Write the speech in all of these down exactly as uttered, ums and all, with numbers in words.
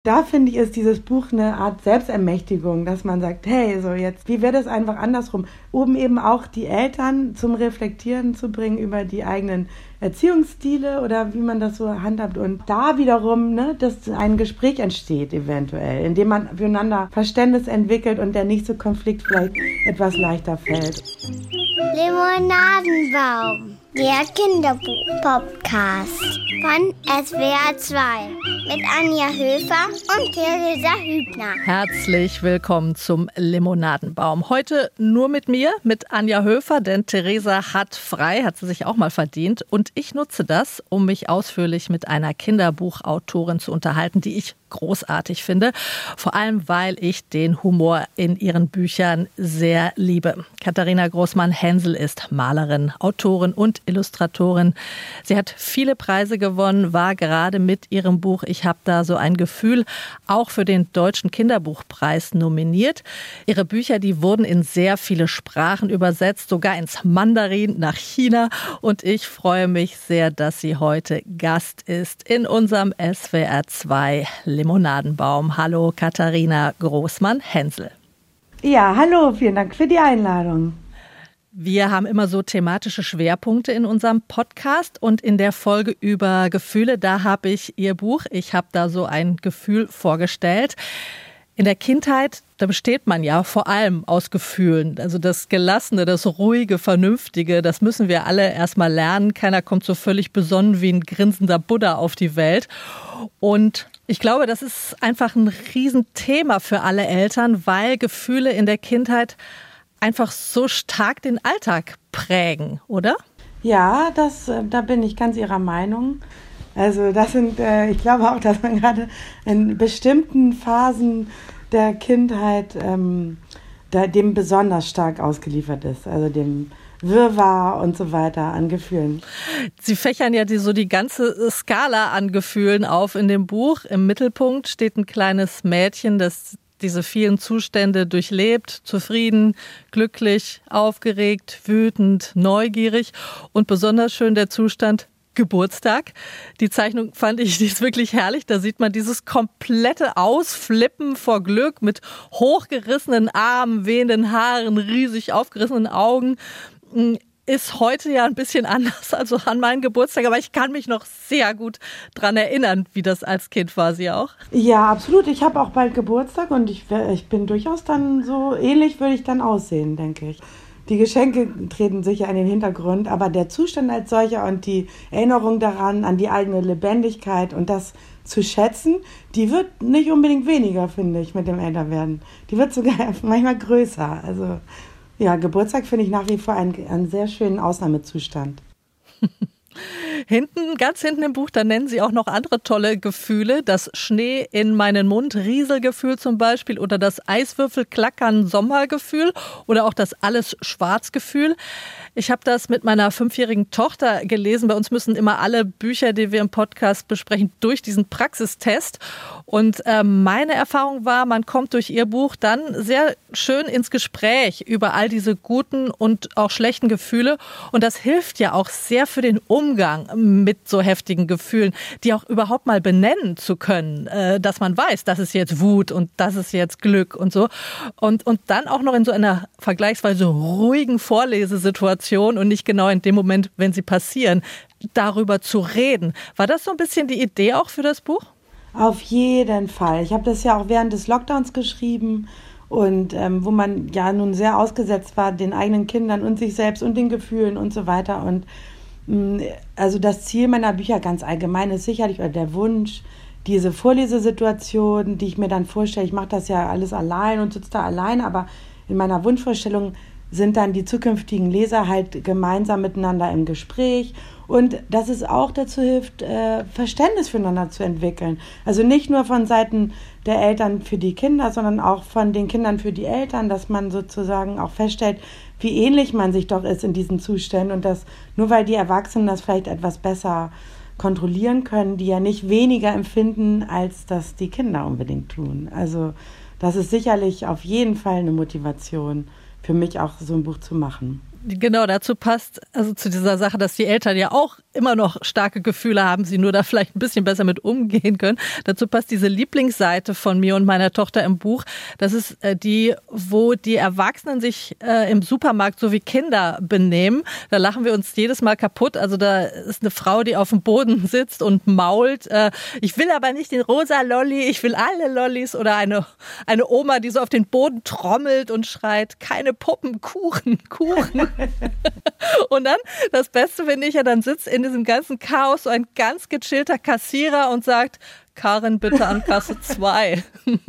Da finde ich, ist dieses Buch eine Art Selbstermächtigung, dass man sagt, hey, so jetzt, wie wäre das einfach andersrum? Um eben auch die Eltern zum Reflektieren zu bringen über die eigenen Erziehungsstile oder wie man das so handhabt. Und da wiederum, ne, dass ein Gespräch entsteht eventuell, indem man füreinander Verständnis entwickelt und der nächste Konflikt vielleicht etwas leichter fällt. Limonadenbaum, der Kinderbuch-Podcast von S W R zwei mit Anja Höfer und Theresa Hübner. Herzlich willkommen zum Limonadenbaum. Heute nur mit mir, mit Anja Höfer, denn Theresa hat frei, hat sie sich auch mal verdient. Und ich nutze das, um mich ausführlich mit einer Kinderbuchautorin zu unterhalten, die ich großartig finde. Vor allem, weil ich den Humor in ihren Büchern sehr liebe. Katharina Großmann-Hensel ist Malerin, Autorin und Illustratorin. Sie hat viele Preise gewonnen, war gerade mit ihrem Buch Ich habe da so ein Gefühl auch für den Deutschen Kinderbuchpreis nominiert. Ihre Bücher, die wurden in sehr viele Sprachen übersetzt, sogar ins Mandarin, nach China. Und ich freue mich sehr, dass sie heute Gast ist in unserem S W R zwei Limonadenbaum. Hallo Katharina Großmann-Hensel. Ja, hallo, vielen Dank für die Einladung. Wir haben immer so thematische Schwerpunkte in unserem Podcast und in der Folge über Gefühle, da habe ich Ihr Buch, ich habe da so ein Gefühl vorgestellt. In der Kindheit, da besteht man ja vor allem aus Gefühlen. Also das Gelassene, das Ruhige, Vernünftige, das müssen wir alle erstmal lernen. Keiner kommt so völlig besonnen wie ein grinsender Buddha auf die Welt. Und ich glaube, das ist einfach ein Riesenthema für alle Eltern, weil Gefühle in der Kindheit einfach so stark den Alltag prägen, oder? Ja, das, da bin ich ganz Ihrer Meinung. Also das sind, äh, ich glaube auch, dass man gerade in bestimmten Phasen der Kindheit ähm, da, dem besonders stark ausgeliefert ist, also dem Wirrwarr und so weiter an Gefühlen. Sie fächern ja die, so die ganze Skala an Gefühlen auf in dem Buch. Im Mittelpunkt steht ein kleines Mädchen, das diese vielen Zustände durchlebt, zufrieden, glücklich, aufgeregt, wütend, neugierig und besonders schön der Zustand Geburtstag. Die Zeichnung fand ich, die ist wirklich herrlich. Da sieht man dieses komplette Ausflippen vor Glück mit hochgerissenen Armen, wehenden Haaren, riesig aufgerissenen Augen. Ist heute ja ein bisschen anders als an meinen Geburtstag, aber ich kann mich noch sehr gut dran erinnern, wie das als Kind war. Sie auch? Ja, absolut. Ich habe auch bald Geburtstag und ich, ich bin durchaus dann so ähnlich, würde ich dann aussehen, denke ich. Die Geschenke treten sicher in den Hintergrund, aber der Zustand als solcher und die Erinnerung daran, an die eigene Lebendigkeit und das zu schätzen, die wird nicht unbedingt weniger, finde ich, mit dem Älterwerden. Die wird sogar manchmal größer. Also ja, Geburtstag finde ich nach wie vor einen, einen sehr schönen Ausnahmezustand. Hinten, ganz hinten im Buch, da nennen Sie auch noch andere tolle Gefühle. Das Schnee in meinen Mund, Rieselgefühl zum Beispiel oder das Eiswürfelklackern Sommergefühl oder auch das Alles-Schwarz-Gefühl. Ich habe das mit meiner fünfjährigen Tochter gelesen. Bei uns müssen immer alle Bücher, die wir im Podcast besprechen, durch diesen Praxistest. Und äh, meine Erfahrung war, man kommt durch ihr Buch dann sehr schön ins Gespräch über all diese guten und auch schlechten Gefühle. Und das hilft ja auch sehr für den Umgang mit so heftigen Gefühlen, die auch überhaupt mal benennen zu können, äh, dass man weiß, das ist jetzt Wut und das ist jetzt Glück und so. Und, und dann auch noch in so einer vergleichsweise ruhigen Vorlesesituation und nicht genau in dem Moment, wenn sie passieren, darüber zu reden. War das so ein bisschen die Idee auch für das Buch? Auf jeden Fall. Ich habe das ja auch während des Lockdowns geschrieben und ähm, wo man ja nun sehr ausgesetzt war, den eigenen Kindern und sich selbst und den Gefühlen und so weiter. Und mh, also das Ziel meiner Bücher ganz allgemein ist sicherlich, oder der Wunsch, diese Vorlesesituation, die ich mir dann vorstelle, ich mache das ja alles allein und sitze da allein, aber in meiner Wunschvorstellung sind dann die zukünftigen Leser halt gemeinsam miteinander im Gespräch und dass es auch dazu hilft, äh, Verständnis füreinander zu entwickeln. Also nicht nur von Seiten der Eltern für die Kinder, sondern auch von den Kindern für die Eltern, dass man sozusagen auch feststellt, wie ähnlich man sich doch ist in diesen Zuständen und dass nur weil die Erwachsenen das vielleicht etwas besser kontrollieren können, die ja nicht weniger empfinden, als das die Kinder unbedingt tun. Also das ist sicherlich auf jeden Fall eine Motivation für mich auch so ein Buch zu machen. Genau, dazu passt, also zu dieser Sache, dass die Eltern ja auch immer noch starke Gefühle haben, sie nur da vielleicht ein bisschen besser mit umgehen können. Dazu passt diese Lieblingsseite von mir und meiner Tochter im Buch. Das ist die, wo die Erwachsenen sich äh, im Supermarkt so wie Kinder benehmen. Da lachen wir uns jedes Mal kaputt. Also da ist eine Frau, die auf dem Boden sitzt und mault. Äh, ich will aber nicht den rosa Lolli, ich will alle Lollis. Oder eine, eine Oma, die so auf den Boden trommelt und schreit, keine Puppen, Kuchen, Kuchen. Und dann, das Beste finde ich ja, dann sitzt in diesem ganzen Chaos so ein ganz gechillter Kassierer und sagt, Karin, bitte an Kasse zwei.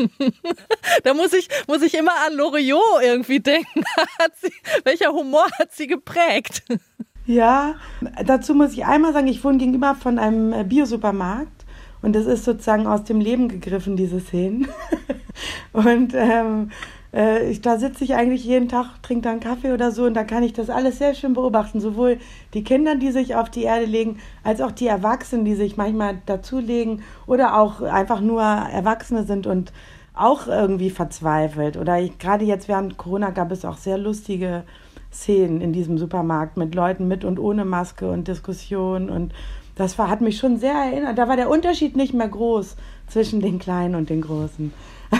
Da muss ich, muss ich immer an Loriot irgendwie denken. Hat sie, welcher Humor hat sie geprägt? Ja, dazu muss ich einmal sagen, ich wohne gegenüber von einem Biosupermarkt und das ist sozusagen aus dem Leben gegriffen, diese Szenen. Und ähm, äh, ich, da sitze ich eigentlich jeden Tag, trinke dann Kaffee oder so und da kann ich das alles sehr schön beobachten. Sowohl die Kinder, die sich auf die Erde legen, als auch die Erwachsenen, die sich manchmal dazulegen oder auch einfach nur Erwachsene sind und auch irgendwie verzweifelt. Oder ich, gerade jetzt während Corona gab es auch sehr lustige Szenen in diesem Supermarkt mit Leuten mit und ohne Maske und Diskussionen und das war, hat mich schon sehr erinnert. Da war der Unterschied nicht mehr groß zwischen den Kleinen und den Großen.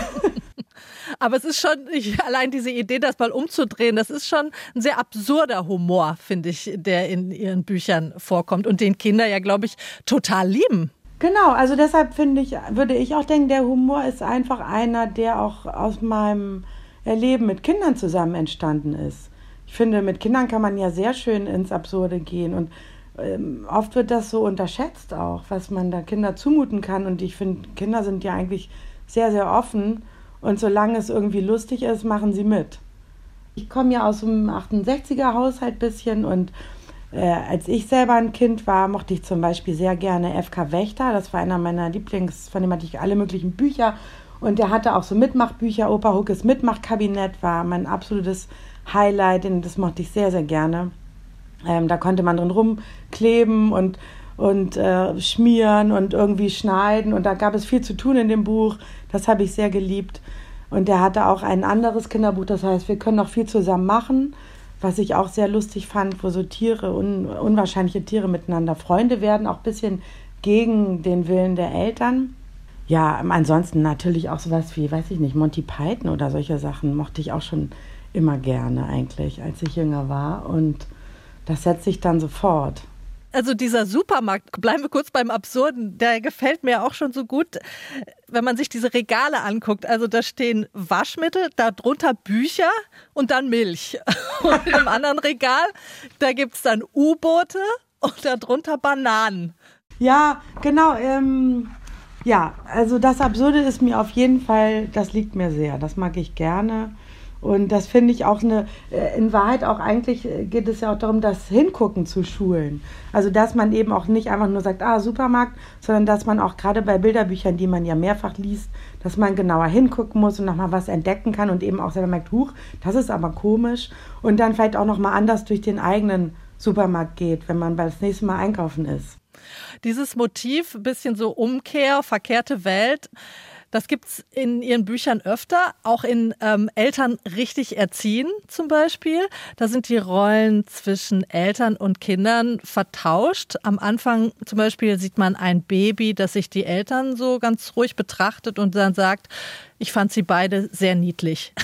Aber es ist schon, ich, allein diese Idee, das mal umzudrehen, das ist schon ein sehr absurder Humor, finde ich, der in ihren Büchern vorkommt und den Kinder ja, glaube ich, total lieben. Genau, also deshalb finde ich, würde ich auch denken, der Humor ist einfach einer, der auch aus meinem Erleben mit Kindern zusammen entstanden ist. Ich finde, mit Kindern kann man ja sehr schön ins Absurde gehen und ähm, oft wird das so unterschätzt auch, was man da Kinder zumuten kann und ich finde, Kinder sind ja eigentlich sehr, sehr offen und solange es irgendwie lustig ist, machen sie mit. Ich komme ja aus einem achtundsechziger-Haushalt bisschen und äh, als ich selber ein Kind war, mochte ich zum Beispiel sehr gerne F K Wächter. Das war einer meiner Lieblings, von dem hatte ich alle möglichen Bücher und der hatte auch so Mitmachbücher. Opa Huckes Mitmachkabinett war mein absolutes Highlight, und das mochte ich sehr, sehr gerne. Ähm, da konnte man drin rumkleben und und äh, schmieren und irgendwie schneiden und da gab es viel zu tun in dem Buch. Das habe ich sehr geliebt. Und der hatte auch ein anderes Kinderbuch, das heißt, wir können noch viel zusammen machen, was ich auch sehr lustig fand, wo so Tiere, un, unwahrscheinliche Tiere miteinander Freunde werden, auch ein bisschen gegen den Willen der Eltern. Ja, ansonsten natürlich auch sowas wie, weiß ich nicht, Monty Python oder solche Sachen mochte ich auch schon immer gerne eigentlich, als ich jünger war und das setzt sich dann sofort. Also dieser Supermarkt, bleiben wir kurz beim Absurden, der gefällt mir auch schon so gut, wenn man sich diese Regale anguckt. Also da stehen Waschmittel, darunter Bücher und dann Milch. Und im anderen Regal, da gibt es dann U-Boote und darunter Bananen. Ja, genau. Ähm, ja, also das Absurde ist mir auf jeden Fall, das liegt mir sehr. Das mag ich gerne. Und das finde ich auch eine, in Wahrheit auch eigentlich geht es ja auch darum, das Hingucken zu schulen. Also dass man eben auch nicht einfach nur sagt, ah, Supermarkt, sondern dass man auch gerade bei Bilderbüchern, die man ja mehrfach liest, dass man genauer hingucken muss und nochmal was entdecken kann und eben auch selber merkt, huch, das ist aber komisch. Und dann vielleicht auch nochmal anders durch den eigenen Supermarkt geht, wenn man das nächste Mal einkaufen ist. Dieses Motiv, ein bisschen so Umkehr, verkehrte Welt, das gibt's in Ihren Büchern öfter, auch in ähm, Eltern richtig erziehen zum Beispiel. Da sind die Rollen zwischen Eltern und Kindern vertauscht. Am Anfang zum Beispiel sieht man ein Baby, das sich die Eltern so ganz ruhig betrachtet und dann sagt, ich fand sie beide sehr niedlich.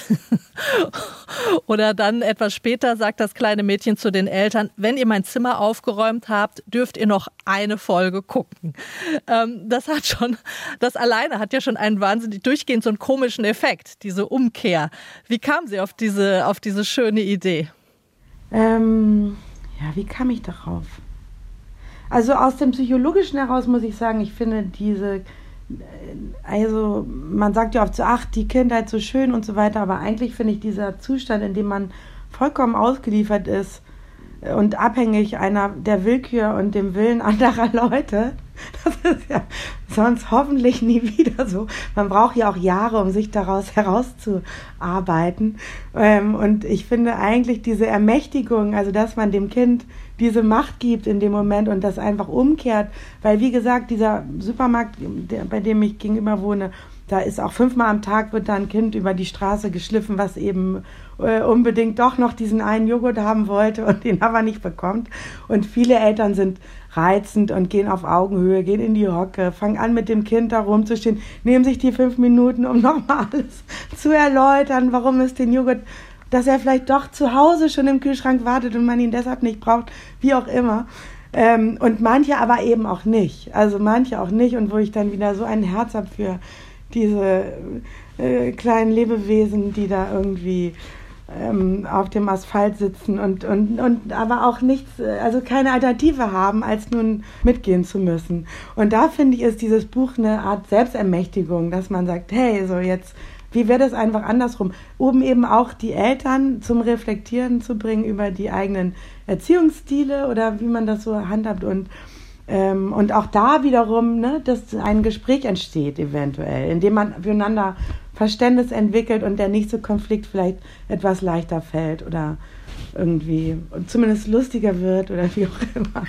Oder dann etwas später sagt das kleine Mädchen zu den Eltern, wenn ihr mein Zimmer aufgeräumt habt, dürft ihr noch eine Folge gucken. Ähm, das hat schon, das alleine hat ja schon einen wahnsinnig durchgehend so einen komischen Effekt, diese Umkehr. Wie kam sie auf diese, auf diese schöne Idee? Ähm, ja, wie kam ich darauf? Also aus dem Psychologischen heraus muss ich sagen, ich finde diese Also man sagt ja oft so, ach, die Kindheit so schön und so weiter, aber eigentlich finde ich dieser Zustand, in dem man vollkommen ausgeliefert ist und abhängig einer der Willkür und dem Willen anderer Leute, das ist ja sonst hoffentlich nie wieder so. Man braucht ja auch Jahre, um sich daraus herauszuarbeiten. Und ich finde eigentlich diese Ermächtigung, also dass man dem Kind diese Macht gibt in dem Moment und das einfach umkehrt, weil wie gesagt, dieser Supermarkt, der, bei dem ich gegenüber wohne, da ist auch fünfmal am Tag wird da ein Kind über die Straße geschliffen, was eben äh, unbedingt doch noch diesen einen Joghurt haben wollte und den aber nicht bekommt. Und viele Eltern sind reizend und gehen auf Augenhöhe, gehen in die Hocke, fangen an mit dem Kind da rumzustehen, nehmen sich die fünf Minuten, um nochmal alles zu erläutern, warum es den Joghurt, dass er vielleicht doch zu Hause schon im Kühlschrank wartet und man ihn deshalb nicht braucht, wie auch immer. Ähm, und manche aber eben auch nicht. Also manche auch nicht und wo ich dann wieder so ein Herz habe für diese äh, kleinen Lebewesen, die da irgendwie ähm, auf dem Asphalt sitzen und, und, und aber auch nichts, also keine Alternative haben, als nun mitgehen zu müssen. Und da finde ich, ist dieses Buch eine Art Selbstermächtigung, dass man sagt, hey, so jetzt, wie wäre das einfach andersrum? Um eben auch die Eltern zum Reflektieren zu bringen über die eigenen Erziehungsstile oder wie man das so handhabt und ähm, und auch da wiederum, ne, dass ein Gespräch entsteht eventuell, indem man füreinander Verständnis entwickelt und der nächste Konflikt vielleicht etwas leichter fällt oder irgendwie zumindest lustiger wird oder wie auch immer.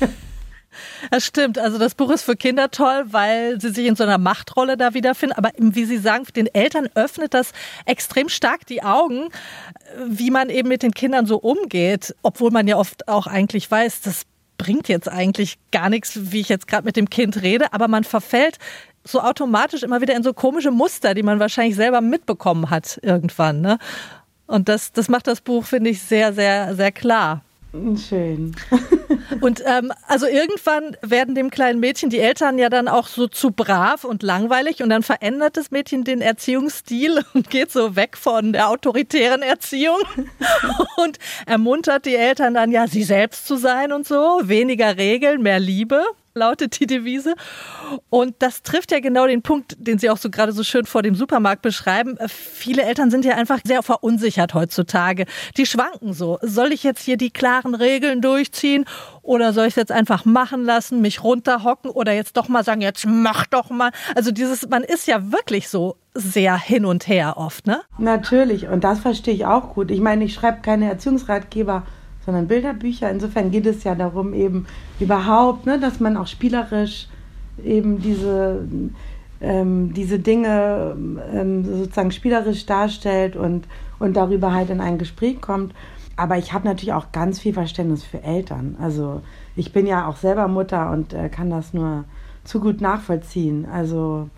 Das stimmt, also das Buch ist für Kinder toll, weil sie sich in so einer Machtrolle da wiederfinden, aber wie Sie sagen, den Eltern öffnet das extrem stark die Augen, wie man eben mit den Kindern so umgeht, obwohl man ja oft auch eigentlich weiß, das bringt jetzt eigentlich gar nichts, wie ich jetzt gerade mit dem Kind rede, aber man verfällt so automatisch immer wieder in so komische Muster, die man wahrscheinlich selber mitbekommen hat irgendwann, ne? Und das, das macht das Buch, finde ich, sehr, sehr, sehr klar. Schön. Und ähm, also irgendwann werden dem kleinen Mädchen die Eltern ja dann auch so zu brav und langweilig und dann verändert das Mädchen den Erziehungsstil und geht so weg von der autoritären Erziehung und ermuntert die Eltern dann ja, sie selbst zu sein und so, weniger Regeln, mehr Liebe, lautet die Devise. Und das trifft ja genau den Punkt, den Sie auch so gerade so schön vor dem Supermarkt beschreiben. Viele Eltern sind ja einfach sehr verunsichert heutzutage. Die schwanken so. Soll ich jetzt hier die klaren Regeln durchziehen oder soll ich es jetzt einfach machen lassen, mich runterhocken oder jetzt doch mal sagen, jetzt mach doch mal. Also dieses, man ist ja wirklich so sehr hin und her oft, ne? Natürlich. Und das verstehe ich auch gut. Ich meine, ich schreibe keine Erziehungsratgeber, sondern Bilderbücher. Insofern geht es ja darum, eben überhaupt, ne, dass man auch spielerisch eben diese, ähm, diese Dinge ähm, sozusagen spielerisch darstellt und, und darüber halt in ein Gespräch kommt. Aber ich habe natürlich auch ganz viel Verständnis für Eltern. Also ich bin ja auch selber Mutter und äh, kann das nur zu gut nachvollziehen. Also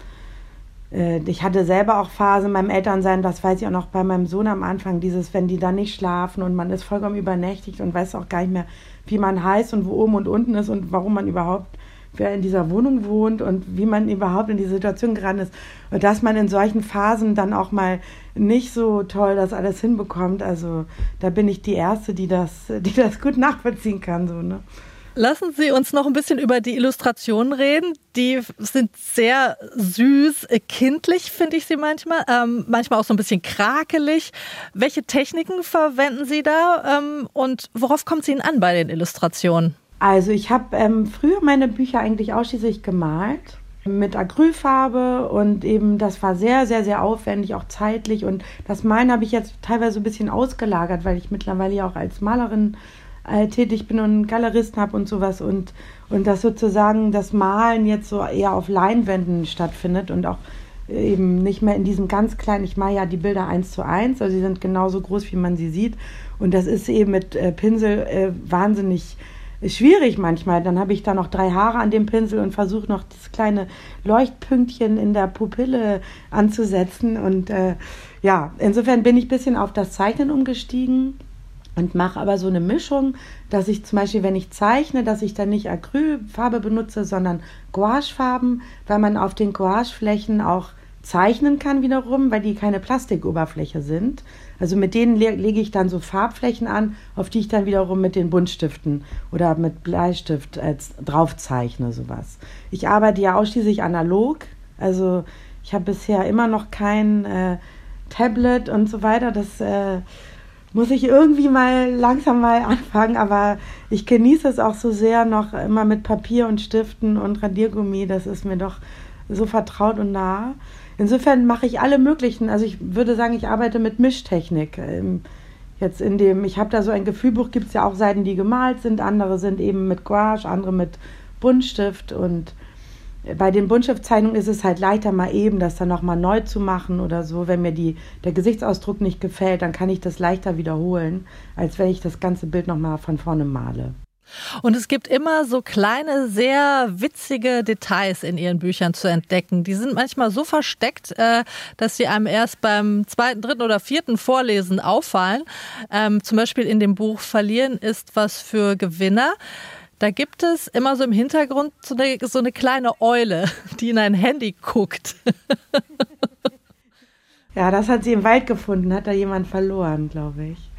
äh, ich hatte selber auch Phasen beim Elternsein, das weiß ich auch noch bei meinem Sohn am Anfang, dieses, wenn die da nicht schlafen und man ist vollkommen übernächtigt und weiß auch gar nicht mehr, wie man heißt und wo oben und unten ist und warum man überhaupt, wer in dieser Wohnung wohnt und wie man überhaupt in die Situation geraten ist. Und dass man in solchen Phasen dann auch mal nicht so toll das alles hinbekommt. Also da bin ich die Erste, die das, die das gut nachvollziehen kann. So, ne? Lassen Sie uns noch ein bisschen über die Illustrationen reden. Die sind sehr süß, kindlich, finde ich sie manchmal. Ähm, manchmal auch so ein bisschen krakelig. Welche Techniken verwenden Sie da ähm, und worauf kommt es Ihnen an bei den Illustrationen? Also ich habe ähm, früher meine Bücher eigentlich ausschließlich gemalt mit Acrylfarbe und eben das war sehr, sehr, sehr aufwendig, auch zeitlich. Und das Malen habe ich jetzt teilweise ein bisschen ausgelagert, weil ich mittlerweile ja auch als Malerin äh, tätig bin und einen Galeristen habe und sowas. Und, und das sozusagen das Malen jetzt so eher auf Leinwänden stattfindet und auch eben nicht mehr in diesem ganz kleinen, ich male ja die Bilder eins zu eins, also sie sind genauso groß, wie man sie sieht. Und das ist eben mit äh, Pinsel äh, wahnsinnig schwierig manchmal. Dann habe ich da noch drei Haare an dem Pinsel und versuche noch das kleine Leuchtpünktchen in der Pupille anzusetzen. Und äh, ja, insofern bin ich ein bisschen auf das Zeichnen umgestiegen und mache aber so eine Mischung, dass ich zum Beispiel, wenn ich zeichne, dass ich dann nicht Acrylfarbe benutze, sondern Gouachefarben, weil man auf den Gouacheflächen auch zeichnen kann wiederum, weil die keine Plastikoberfläche sind. Also mit denen le- lege ich dann so Farbflächen an, auf die ich dann wiederum mit den Buntstiften oder mit Bleistift äh, drauf zeichne, sowas. Ich arbeite ja ausschließlich analog, also ich habe bisher immer noch kein äh, Tablet und so weiter, das äh, muss ich irgendwie mal langsam mal anfangen, aber ich genieße es auch so sehr noch immer mit Papier und Stiften und Radiergummi, das ist mir doch so vertraut und nah. Insofern mache ich alle möglichen, also ich würde sagen, ich arbeite mit Mischtechnik. Jetzt in dem, ich habe da so ein Gefühlbuch, gibt es ja auch Seiten, die gemalt sind, andere sind eben mit Gouache, andere mit Buntstift und bei den Buntstiftzeichnungen ist es halt leichter, mal eben das dann nochmal neu zu machen oder so. Wenn mir die, der Gesichtsausdruck nicht gefällt, dann kann ich das leichter wiederholen, als wenn ich das ganze Bild nochmal von vorne male. Und es gibt immer so kleine, sehr witzige Details in Ihren Büchern zu entdecken. Die sind manchmal so versteckt, dass sie einem erst beim zweiten, dritten oder vierten Vorlesen auffallen. Ähm, zum Beispiel in dem Buch Verlieren ist was für Gewinner. Da gibt es immer so im Hintergrund so eine, so eine kleine Eule, die in ein Handy guckt. Ja, das hat sie im Wald gefunden, hat da jemand verloren, glaube ich.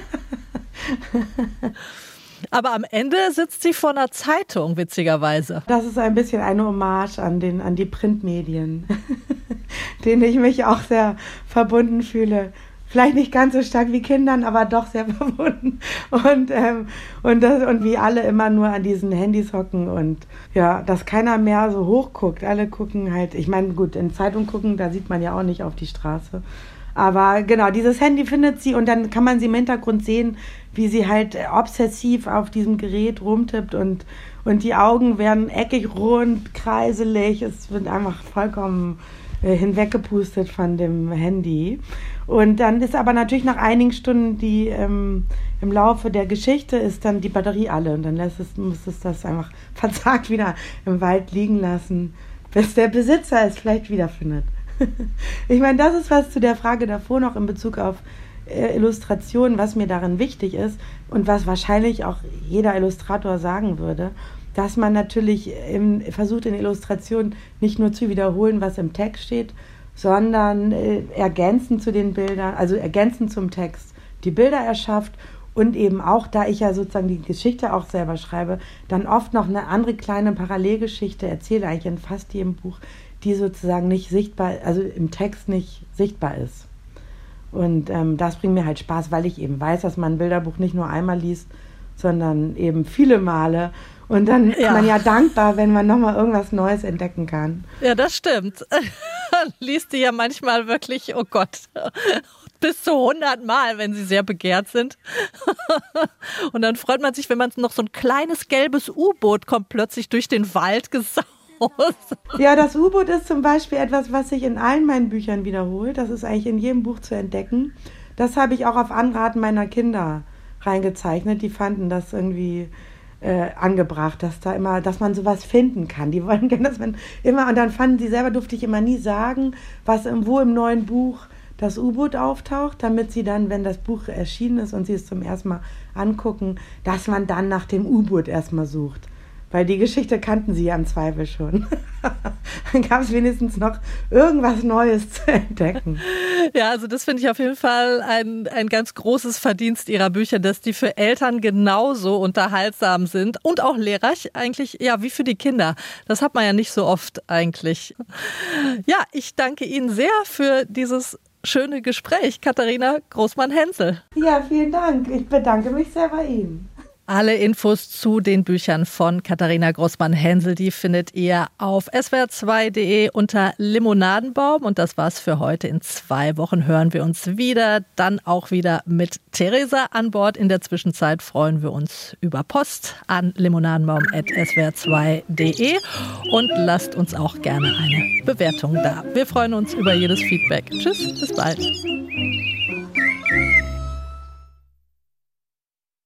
Aber am Ende sitzt sie vor einer Zeitung, witzigerweise. Das ist ein bisschen eine Hommage an, den, an die Printmedien, denen ich mich auch sehr verbunden fühle. Vielleicht nicht ganz so stark wie Kindern, aber doch sehr verbunden. Und, ähm, und, das, und wie alle immer nur an diesen Handys hocken und ja, dass keiner mehr so hoch guckt. Alle gucken halt, ich meine, gut, in Zeitung gucken, da sieht man ja auch nicht auf die Straße. Aber genau, dieses Handy findet sie und dann kann man sie im Hintergrund sehen, wie sie halt obsessiv auf diesem Gerät rumtippt und, und die Augen werden eckig, rund, kreiselig. Es wird einfach vollkommen äh, hinweggepustet von dem Handy. Und dann ist aber natürlich nach einigen Stunden die ähm, im Laufe der Geschichte ist dann die Batterie alle und dann lässt es, muss es das einfach verzagt wieder im Wald liegen lassen, bis der Besitzer es vielleicht wiederfindet. Ich meine, das ist was zu der Frage davor noch in Bezug auf äh, Illustration, was mir darin wichtig ist und was wahrscheinlich auch jeder Illustrator sagen würde, dass man natürlich im, versucht in Illustration nicht nur zu wiederholen, was im Text steht, sondern äh, ergänzend zu den Bildern, also ergänzend zum Text die Bilder erschafft und eben auch, da ich ja sozusagen die Geschichte auch selber schreibe, dann oft noch eine andere kleine Parallelgeschichte erzähle, eigentlich in fast jedem Buch, die sozusagen nicht sichtbar, also im Text nicht sichtbar ist. Und ähm, das bringt mir halt Spaß, weil ich eben weiß, dass man ein Bilderbuch nicht nur einmal liest, sondern eben viele Male. Und dann ja. ist man ja dankbar, wenn man nochmal irgendwas Neues entdecken kann. Ja, das stimmt. Liest die ja manchmal wirklich, oh Gott, bis zu hundert Mal, wenn sie sehr begehrt sind. Und dann freut man sich, wenn man noch so ein kleines gelbes U-Boot kommt plötzlich durch den Wald gesaust. Ja, das U-Boot ist zum Beispiel etwas, was sich in allen meinen Büchern wiederholt. Das ist eigentlich in jedem Buch zu entdecken. Das habe ich auch auf Anraten meiner Kinder reingezeichnet. Die fanden das irgendwie äh, angebracht, dass da immer, dass man sowas finden kann. Die wollen gerne, dass man immer, und dann fanden sie selber, durfte ich immer nie sagen, was wo im neuen Buch das U-Boot auftaucht, damit sie dann, wenn das Buch erschienen ist und sie es zum ersten Mal angucken, dass man dann nach dem U-Boot erstmal sucht. Weil die Geschichte kannten sie ja im Zweifel schon. Dann gab es wenigstens noch irgendwas Neues zu entdecken. Ja, also das finde ich auf jeden Fall ein, ein ganz großes Verdienst ihrer Bücher, dass die für Eltern genauso unterhaltsam sind und auch lehrreich eigentlich, ja, wie für die Kinder. Das hat man ja nicht so oft eigentlich. Ja, ich danke Ihnen sehr für dieses schöne Gespräch, Katharina Großmann-Hensel. Ja, vielen Dank. Ich bedanke mich sehr bei Ihnen. Alle Infos zu den Büchern von Katharina Großmann-Hensel, die findet ihr auf s w r zwei punkt d e unter Limonadenbaum. Und das war's für heute. In zwei Wochen hören wir uns wieder. Dann auch wieder mit Theresa an Bord. In der Zwischenzeit freuen wir uns über Post an limonadenbaum at s w r zwei punkt d e und lasst uns auch gerne eine Bewertung da. Wir freuen uns über jedes Feedback. Tschüss, bis bald.